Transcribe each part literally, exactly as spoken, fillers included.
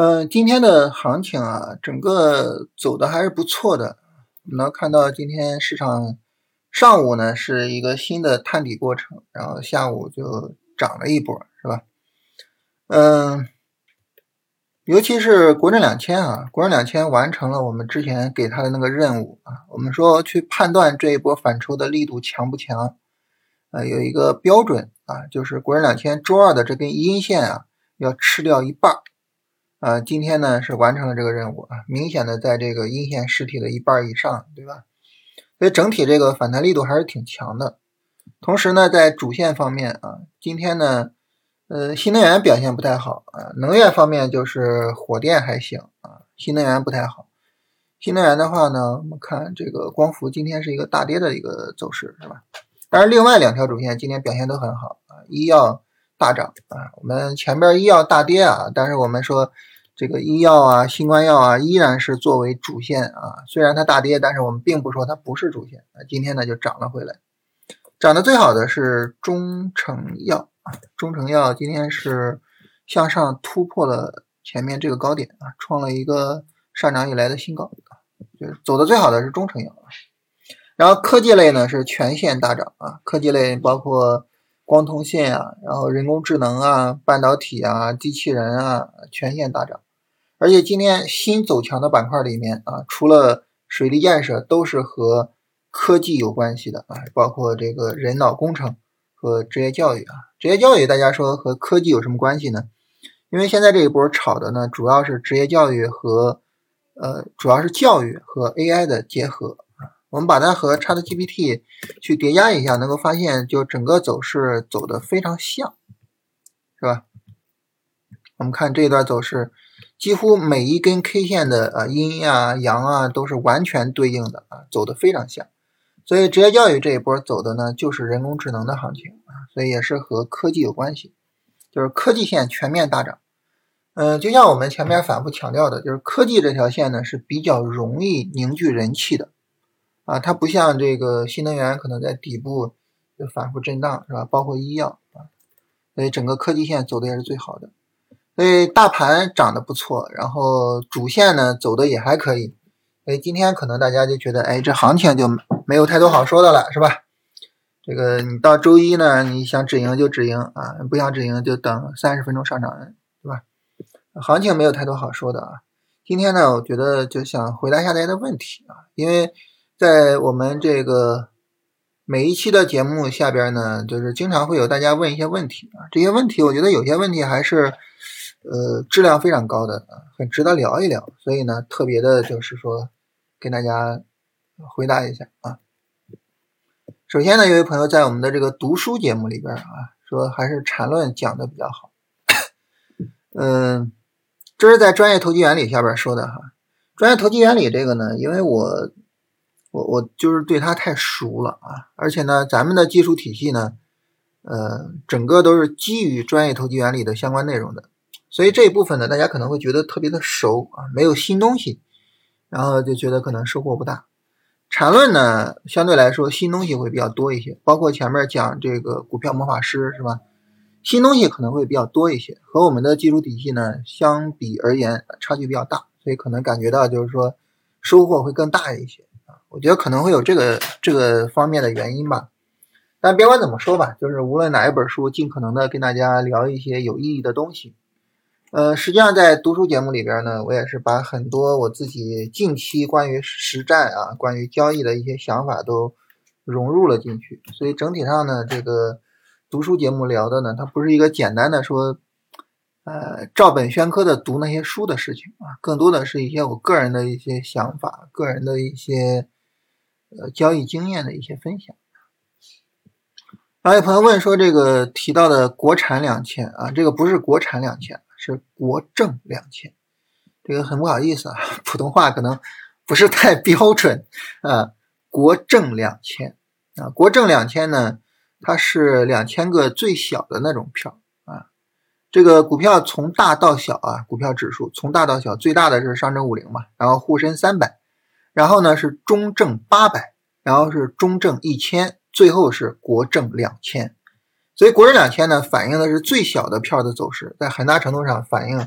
呃，今天的行情啊，整个走的还是不错的。我们能看到今天市场上午呢是一个新的探底过程，然后下午就涨了一波，是吧？嗯，尤其是国证两千啊，国证两千完成了我们之前给它的那个任务啊。我们说去判断这一波反抽的力度强不强，呃，有一个标准啊，就是国证两千周二的这根阴线啊，要吃掉一半。呃，今天呢是完成了这个任务啊，明显的在这个阴线实体的一半以上，对吧？所以整体这个反弹力度还是挺强的。同时呢，在主线方面啊，今天呢，呃，新能源表现不太好啊，能源方面就是火电还行啊，新能源不太好。新能源的话呢，我们看这个光伏今天是一个大跌的一个走势，是吧？但是另外两条主线今天表现都很好啊，医药大涨啊，我们前边医药大跌啊，但是我们说这个医药啊、新冠药啊依然是作为主线啊，虽然它大跌，但是我们并不说它不是主线啊，今天呢就涨了回来。涨得最好的是中成药啊，中成药今天是向上突破了前面这个高点啊，创了一个上涨以来的新高啊，就是走得最好的是中成药啊。然后科技类呢是全线大涨啊，科技类包括光通信啊，然后人工智能啊、半导体啊、机器人啊，全线大涨。而且今天新走强的板块里面啊，除了水利建设都是和科技有关系的啊，包括这个人脑工程和职业教育啊。职业教育大家说和科技有什么关系呢？因为现在这一波炒的呢，主要是职业教育和呃，主要是教育和 A I 的结合。我们把它和 ChatGPT 去叠加一下，能够发现就整个走势走得非常像，是吧？我们看这一段走势，几乎每一根 K 线的啊阴啊阳啊都是完全对应的啊，走得非常像。所以职业教育这一波走的呢，就是人工智能的行情啊，所以也是和科技有关系，就是科技线全面大涨。嗯、呃，就像我们前面反复强调的，就是科技这条线呢是比较容易凝聚人气的。啊，它不像这个新能源可能在底部就反复震荡，是吧？包括医药啊，所以整个科技线走的也是最好的。所以大盘涨得不错，然后主线呢走的也还可以。所以今天可能大家就觉得，哎，这行情就没有太多好说的了，是吧？这个你到周一呢，你想止盈就止盈啊，不想止盈就等三十分钟上涨，对吧？行情没有太多好说的啊。今天呢，我觉得就想回答一下大家的问题啊，因为在我们这个每一期的节目下边呢，就是经常会有大家问一些问题啊，这些问题我觉得有些问题还是呃质量非常高的啊，很值得聊一聊，所以呢特别的就是说跟大家回答一下啊。首先呢，有位朋友在我们的这个读书节目里边啊，说还是缠论讲的比较好。嗯，这是在专业投机原理下边说的哈。专业投机原理这个呢，因为我我我就是对它太熟了啊，而且呢，咱们的技术体系呢，呃，整个都是基于专业投机原理的相关内容的，所以这一部分呢，大家可能会觉得特别的熟啊，没有新东西，然后就觉得可能收获不大。缠论呢，相对来说新东西会比较多一些，包括前面讲这个股票魔法师是吧？新东西可能会比较多一些，和我们的技术体系呢相比而言差距比较大，所以可能感觉到就是说收获会更大一些啊。我觉得可能会有这个这个方面的原因吧。但别管怎么说吧，就是无论哪一本书，尽可能的跟大家聊一些有意义的东西。呃，实际上在读书节目里边呢，我也是把很多我自己近期关于实战啊、关于交易的一些想法都融入了进去，所以整体上呢，这个读书节目聊的呢，它不是一个简单的说呃照本宣科的读那些书的事情啊，更多的是一些我个人的一些想法，个人的一些呃交易经验的一些分享。还有朋友问说，这个提到的国产两千啊，这个不是国产两千，是国证两千，这个很不好意思啊，普通话可能不是太标准啊。国证两千啊，国证两千呢，它是两千个最小的那种票啊。这个股票从大到小啊，股票指数从大到小，最大的是上证五零嘛，然后沪深三百，然后呢是中证八百，然后是中证一千，最后是国证两千。所以国证两千呢，反映的是最小的票的走势，在很大程度上反映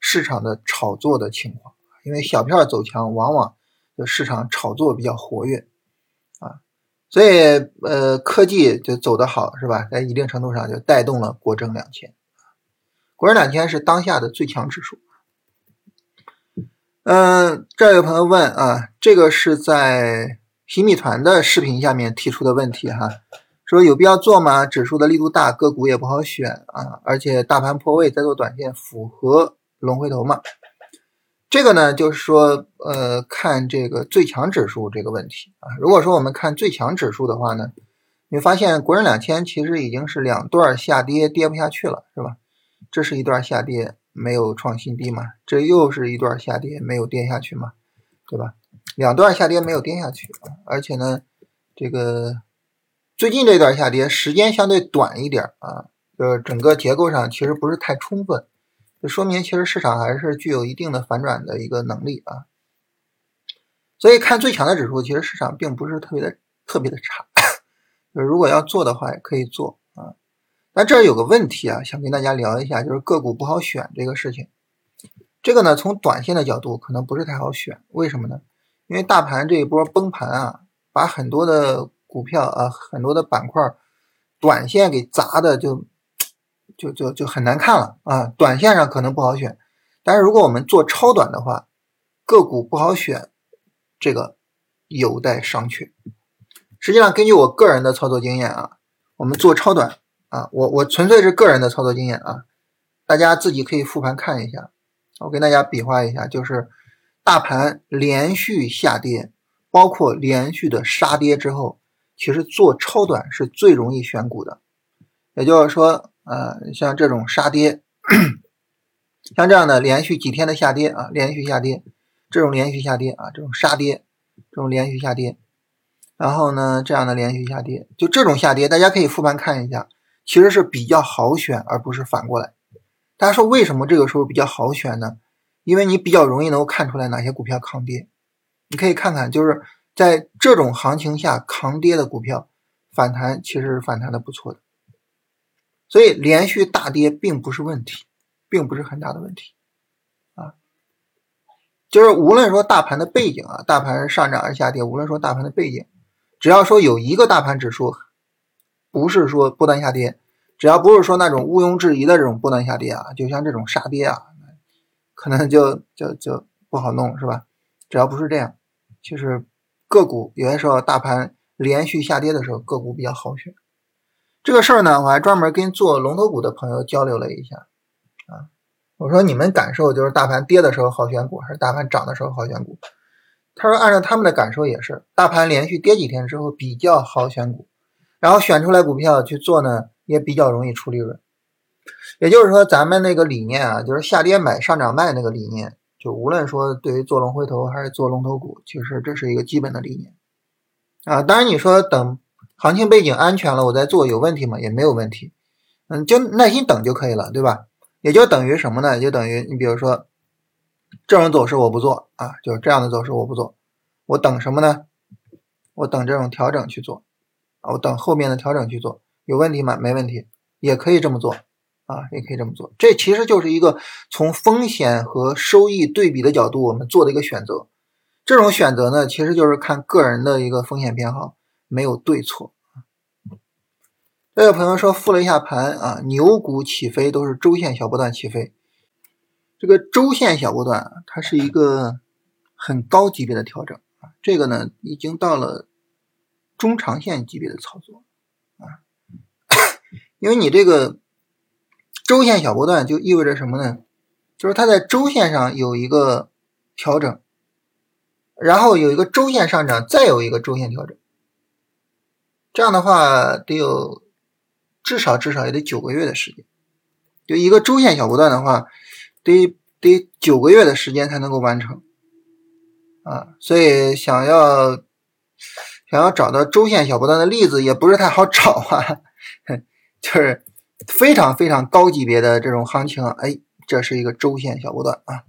市场的炒作的情况，因为小票走强往往就市场炒作比较活跃啊，所以呃科技就走得好是吧，在一定程度上就带动了国证两千。国证两千是当下的最强指数。嗯、呃，这有朋友问啊，这个是在洗米团的视频下面提出的问题哈，说有必要做吗？指数的力度大，个股也不好选啊，而且大盘破位再做短线符合龙回头吗？这个呢就是说呃看这个最强指数这个问题啊。如果说我们看最强指数的话呢，你发现国证两千其实已经是两段下跌，跌不下去了是吧？这是一段下跌没有创新低嘛，这又是一段下跌没有跌下去嘛，对吧？两段下跌没有跌下去，而且呢这个最近这段下跌时间相对短一点啊，就是整个结构上其实不是太充分，就说明其实市场还是具有一定的反转的一个能力啊。所以看最强的指数，其实市场并不是特别的特别的差，就是如果要做的话也可以做啊。那这儿有个问题啊，想跟大家聊一下，就是个股不好选这个事情。这个呢，从短线的角度可能不是太好选，为什么呢？因为大盘这一波崩盘啊，把很多的股票啊，很多的板块短线给砸的就就就就很难看了啊。短线上可能不好选，但是如果我们做超短的话，个股不好选，这个有待商榷。实际上根据我个人的操作经验啊，我们做超短啊，我我纯粹是个人的操作经验啊，大家自己可以复盘看一下。我跟大家比划一下，就是大盘连续下跌，包括连续的杀跌之后，其实做超短是最容易选股的。也就是说，呃，像这种杀跌，像这样的连续几天的下跌啊，连续下跌，这种连续下跌啊，这种杀跌，这种连续下跌，然后呢，这样的连续下跌，就这种下跌，大家可以复盘看一下，其实是比较好选，而不是反过来。大家说为什么这个时候比较好选呢？因为你比较容易能够看出来哪些股票抗跌。你可以看看，就是在这种行情下抗跌的股票，反弹其实是反弹的不错的。所以连续大跌并不是问题，并不是很大的问题啊。就是无论说大盘的背景啊，大盘上涨还是下跌，无论说大盘的背景，只要说有一个大盘指数不是说波段下跌，只要不是说那种毋庸置疑的这种波段下跌啊，就像这种杀跌啊，可能就就就不好弄是吧？只要不是这样，其实个股有些时候大盘连续下跌的时候，个股比较好选。这个事儿呢，我还专门跟做龙头股的朋友交流了一下啊。我说你们感受就是大盘跌的时候好选股，还是大盘涨的时候好选股？他说按照他们的感受也是，大盘连续跌几天之后比较好选股，然后选出来股票去做呢，也比较容易出利润。也就是说咱们那个理念啊，就是下跌买上涨卖那个理念，就无论说对于做龙回头还是做龙头股，其实这是一个基本的理念啊。当然你说等行情背景安全了我再做有问题吗？也没有问题，嗯，就耐心等就可以了，对吧？也就等于什么呢？也就等于你比如说这种走势我不做啊，就是这样的走势我不做，我等什么呢？我等这种调整去做啊，我等后面的调整去做，有问题吗？没问题，也可以这么做啊，也可以这么做。这其实就是一个从风险和收益对比的角度我们做的一个选择。这种选择呢，其实就是看个人的一个风险偏好，没有对错。这位朋友说复了一下盘啊，牛股起飞都是周线小波段起飞。这个周线小波段啊，它是一个很高级别的调整啊，这个呢已经到了中长线级别的操作啊。因为你这个周线小波段就意味着什么呢？就是它在周线上有一个调整，然后有一个周线上涨，再有一个周线调整。这样的话得有至少至少也得九个月的时间。就一个周线小波段的话，得得九个月的时间才能够完成啊。所以想要想要找到周线小波段的例子也不是太好找啊，就是非常非常高级别的这种行情，哎，这是一个周线小波段啊。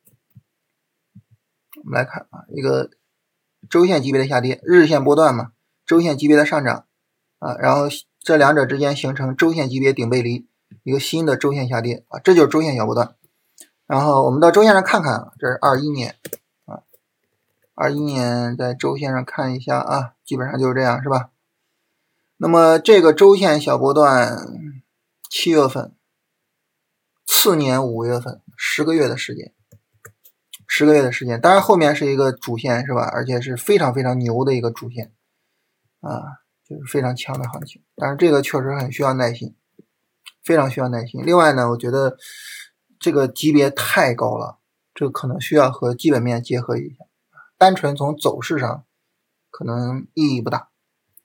我们来看啊，一个周线级别的下跌，日线波段嘛，周线级别的上涨啊，然后这两者之间形成周线级别顶背离，一个新的周线下跌啊，这就是周线小波段然后我们到周线上看看，这是二一年啊，二一年在周线上看一下啊，基本上就是这样，是吧？那么这个周线小波段，七月份，次年五月份，十个月的时间，十个月的时间，当然后面是一个主线，是吧？而且是非常非常牛的一个主线啊，就是非常强的行情。但是这个确实很需要耐心，非常需要耐心。另外呢，我觉得这个级别太高了，这个可能需要和基本面结合一下，单纯从走势上可能意义不大。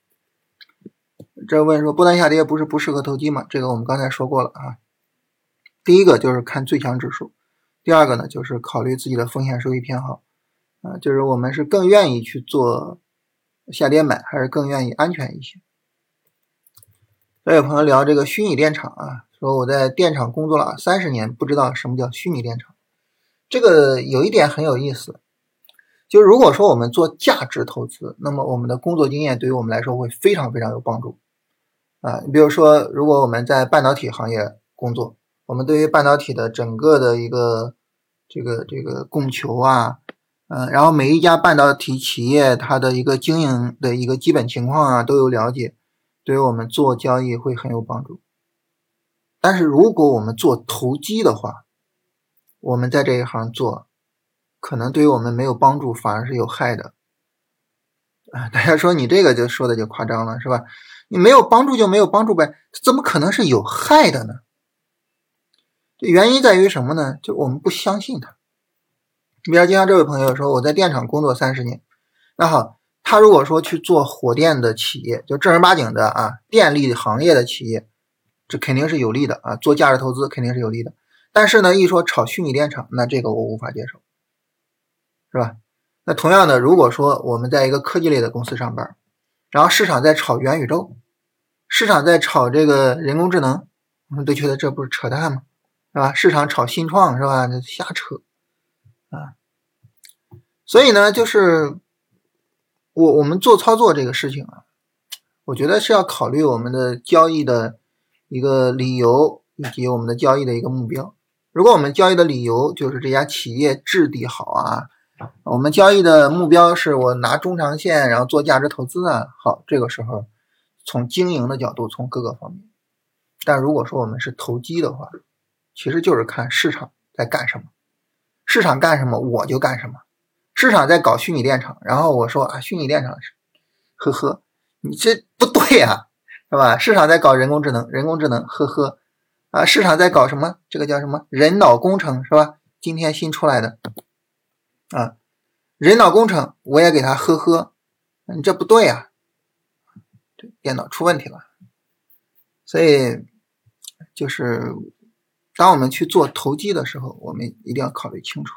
这问说波段下跌不是不适合投机吗？这个我们刚才说过了啊。第一个就是看最强指数，第二个呢就是考虑自己的风险收益偏好啊，就是我们是更愿意去做下跌买，还是更愿意安全一些。所以有朋友聊这个虚拟电厂啊，说我在电厂工作了三十年，不知道什么叫虚拟电厂。这个有一点很有意思，就是如果说我们做价值投资，那么我们的工作经验对于我们来说会非常非常有帮助啊。你比如说，如果我们在半导体行业工作，我们对于半导体的整个的一个这个这个供求啊，嗯，然后每一家半导体企业它的一个经营的一个基本情况啊都有了解，对于我们做交易会很有帮助。但是如果我们做投机的话，我们在这一行做可能对于我们没有帮助，反而是有害的啊。大家说你这个就说的就夸张了，是吧？你没有帮助就没有帮助呗，怎么可能是有害的呢？原因在于什么呢？就我们不相信它。比如就像这位朋友说，我在电厂工作三十年，那好，他如果说去做火电的企业，就正儿八经的啊电力行业的企业，这肯定是有利的啊，做价值投资肯定是有利的。但是呢，一说炒虚拟电厂，那这个我无法接受，是吧？那同样的，如果说我们在一个科技类的公司上班，然后市场在炒元宇宙，市场在炒这个人工智能，我们都觉得这不是扯淡吗？是吧？市场炒新创，是吧？这瞎扯啊！所以呢，就是我我们做操作这个事情啊，我觉得是要考虑我们的交易的一个理由以及我们的交易的一个目标。如果我们交易的理由就是这家企业质地好啊，我们交易的目标是我拿中长线然后做价值投资啊，好，这个时候从经营的角度，从各个方面。但如果说我们是投机的话，其实就是看市场在干什么，市场干什么我就干什么。市场在搞虚拟电厂，然后我说啊，虚拟电厂是呵呵，你这不对啊，是吧？市场在搞人工智能，人工智能呵呵啊，市场在搞什么？这个叫什么人脑工程，是吧？今天新出来的啊，人脑工程我也给他呵呵，你这不对啊，这电脑出问题了。所以就是当我们去做投机的时候，我们一定要考虑清楚。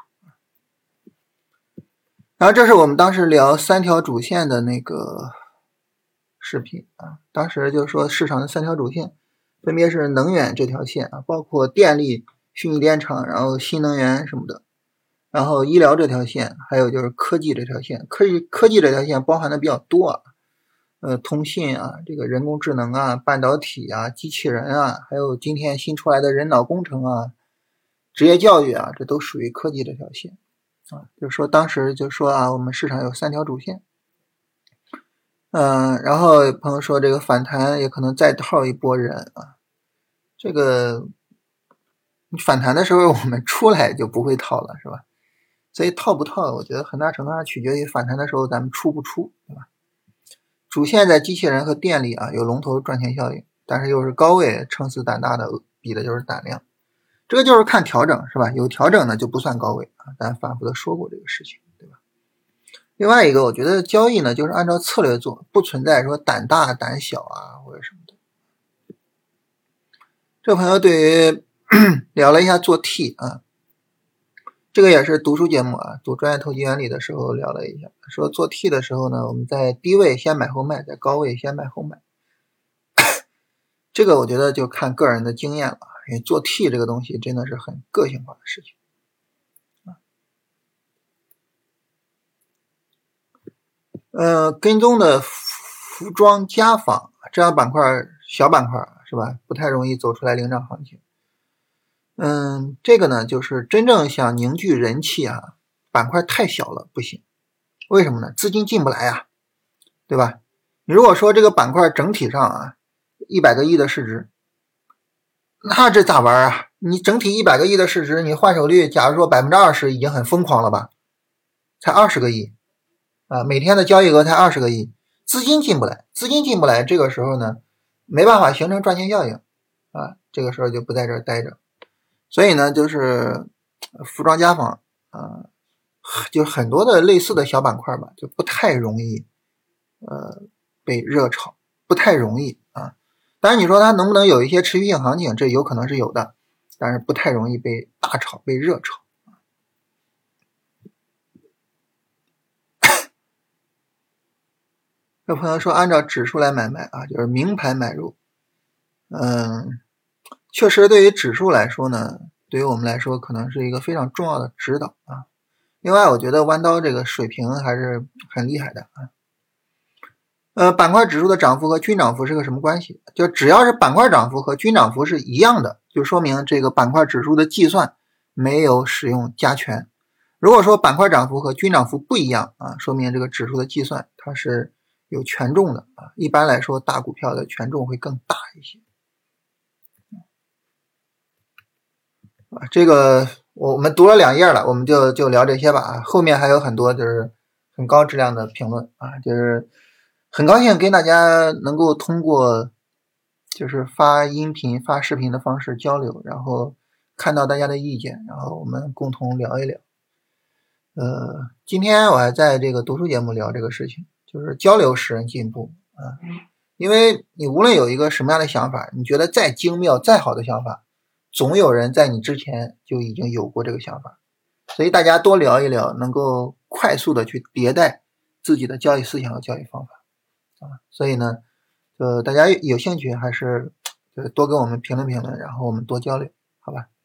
然后这是我们当时聊三条主线的那个视频啊，当时就说市场的三条主线分别是能源这条线啊，包括电力、虚拟电厂，然后新能源什么的，然后医疗这条线，还有就是科技这条线。科技科技这条线包含的比较多啊，呃，通信啊，这个人工智能啊，半导体啊，机器人啊，还有今天新出来的人脑工程啊，职业教育啊，这都属于科技这条线。啊，就是说当时就说啊，我们市场有三条主线，嗯、呃，然后朋友说这个反弹也可能再套一波人啊，这个反弹的时候我们出来就不会套了，是吧？所以套不套，我觉得很大程度上取决于反弹的时候咱们出不出，对吧？主线在机器人和电力啊，有龙头赚钱效应，但是又是高位撑死胆大的，比的就是胆量。这个就是看调整，是吧？有调整呢就不算高位啊，咱反复的说过这个事情，对吧？另外一个，我觉得交易呢就是按照策略做，不存在说胆大胆小啊或者什么的。这个朋友对于聊了一下做 T 啊，这个也是读书节目啊，读专业投机原理的时候聊了一下，说做 T 的时候呢，我们在低位先买后卖，在高位先买后买。这个我觉得就看个人的经验了，因为做 T 这个东西真的是很个性化的事情。呃，跟踪的服装家纺这样板块小板块是吧，不太容易走出来领涨行情。 嗯，这个呢就是真正想凝聚人气啊，板块太小了不行。为什么呢？资金进不来啊，对吧？你如果说这个板块整体上啊一百个亿的市值，那这咋玩啊？你整体一百个亿的市值，你换手率假如说 百分之二十 已经很疯狂了吧，才二十个亿啊，每天的交易额才二十个亿，资金进不来，资金进不来，这个时候呢没办法形成赚钱效应啊，这个时候就不在这儿待着。所以呢就是服装家纺啊，就很多的类似的小板块吧，就不太容易呃被热炒，不太容易啊。当然你说它能不能有一些持续性行情，这有可能是有的，但是不太容易被大炒被热炒。有朋友说按照指数来买卖啊，就是明盘买入。嗯，确实对于指数来说呢，对于我们来说可能是一个非常重要的指导啊。另外我觉得弯刀这个水平还是很厉害的啊。呃，板块指数的涨幅和均涨幅是个什么关系？就只要是板块涨幅和均涨幅是一样的，就说明这个板块指数的计算没有使用加权。如果说板块涨幅和均涨幅不一样啊，说明这个指数的计算它是有权重的啊。一般来说大股票的权重会更大一些。啊，这个我们读了两页了，我们就就聊这些吧。后面还有很多就是很高质量的评论啊，就是很高兴跟大家能够通过就是发音频发视频的方式交流，然后看到大家的意见，然后我们共同聊一聊。呃，今天我还在这个读书节目聊这个事情，就是交流使人进步啊。因为你无论有一个什么样的想法，你觉得再精妙再好的想法，总有人在你之前就已经有过这个想法，所以大家多聊一聊，能够快速的去迭代自己的交易思想和交易方法啊。所以呢，就大家有兴趣还是就多给我们评论评论，然后我们多交流，好吧？